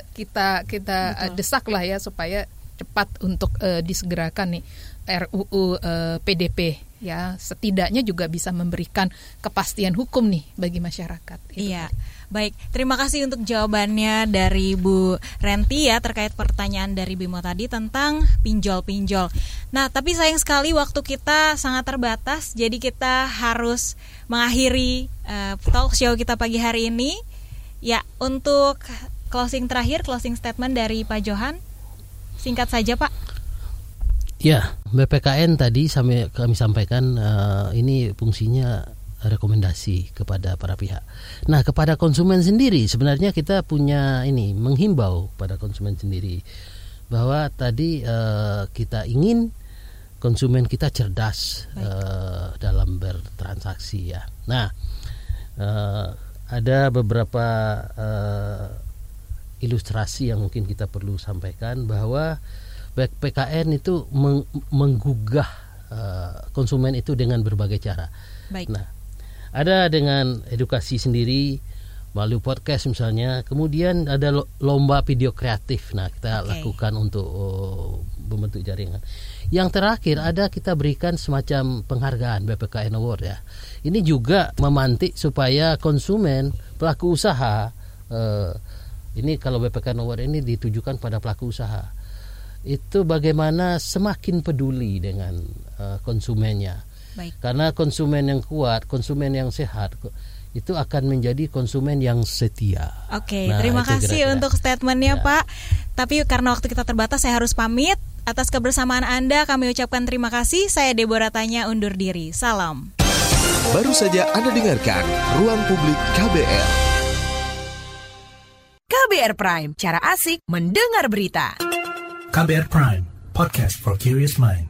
desak lah ya supaya cepat untuk disegerakan nih RUU PDP ya, setidaknya juga bisa memberikan kepastian hukum nih bagi masyarakat. Iya. Baik, terima kasih untuk jawabannya dari Bu Renti ya terkait pertanyaan dari Bimo tadi tentang pinjol-pinjol. Nah, tapi sayang sekali waktu kita sangat terbatas, jadi kita harus mengakhiri talk show kita pagi hari ini. Ya, untuk closing statement dari Pak Johan, singkat saja Pak. Ya, BPKN tadi kami sampaikan ini fungsinya rekomendasi kepada para pihak. Nah, kepada konsumen sendiri sebenarnya kita punya menghimbau pada konsumen sendiri bahwa tadi kita ingin konsumen kita cerdas dalam bertransaksi ya. Nah, ada beberapa ilustrasi yang mungkin kita perlu sampaikan bahwa BPKN itu menggugah konsumen itu dengan berbagai cara. Baik. Nah, ada dengan edukasi sendiri melalui podcast misalnya, kemudian ada lomba video kreatif. Nah, kita lakukan untuk membentuk jaringan. Yang terakhir ada kita berikan semacam penghargaan BPKN Award ya. Ini juga memantik supaya konsumen, pelaku usaha, ini kalau BPKN Award ini ditujukan pada pelaku usaha, itu bagaimana semakin peduli dengan konsumennya. Baik. Karena konsumen yang kuat, konsumen yang sehat itu akan menjadi konsumen yang setia. Oke, terima kasih untuk statementnya Pak. Tapi karena waktu kita terbatas, saya harus pamit. Atas kebersamaan Anda kami ucapkan terima kasih. Saya Deborah Tanya undur diri. Salam. Baru saja Anda dengarkan Ruang Publik KBR. KBR Prime, cara asik mendengar berita. KBR Prime, podcast for curious mind.